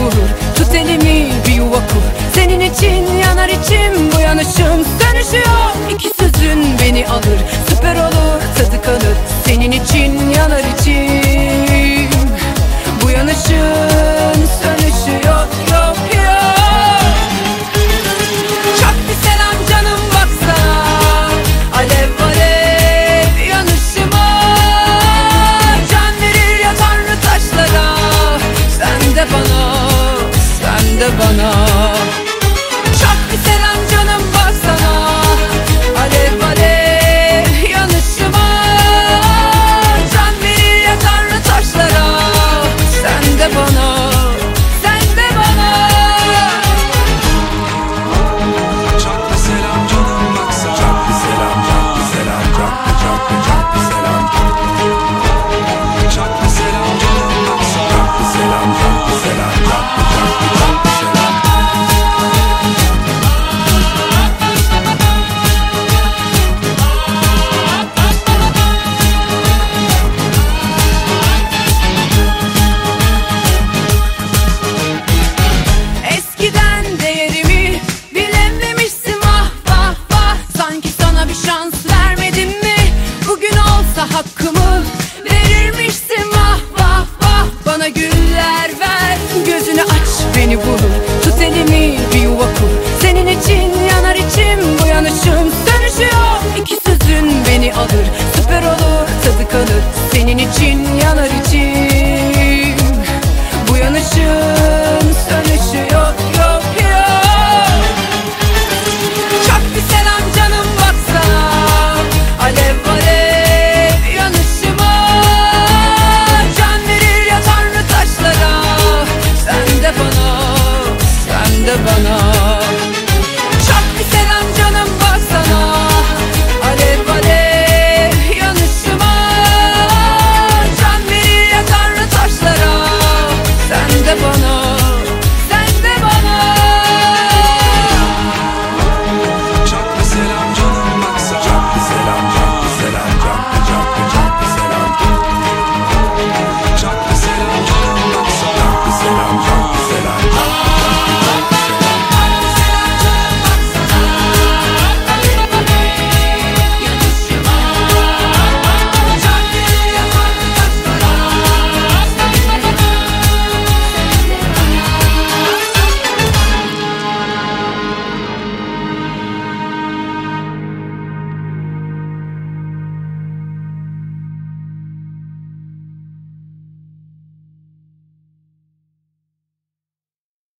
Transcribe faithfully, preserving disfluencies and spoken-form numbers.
bulur. Tut elimi bir yuva kur. Senin için yanar içim, bu yanışım sönüşüyor. İki sözün beni alır, süper olur, tadı kalır. Senin için yanar içim, bu yanışın sönüşüyor. Yok yok. Çok bir selam canım baksana, alev alev yanışıma. Can verir ya Tanrı taşlara, sen de bana, sen de bana. Çok bir selam canım baksana, alev alev yanışıma. Can verir ya Tanrı taşlara, sen de bana, sen de bana. Çok bir selam canım baksana. Çok bir selam, çok bir selam, çok bir çok bir çok bir selam. Çok bir selam canım baksana. Çok bir selam, çok bir selam, çok bir çok bir çok bir selam. Eskiden değerimi bilememişsin, vah vah vah. Sanki sana bir şans vermedim mi? Bugün olsa hakkımı verirmişsin, vah vah vah. Bana güller ver, gözünü aç beni bulur. Tut elimi bir yuva kur. Senin için yanar içim, bu yanışım sönüşüyor. İki sözün beni alır,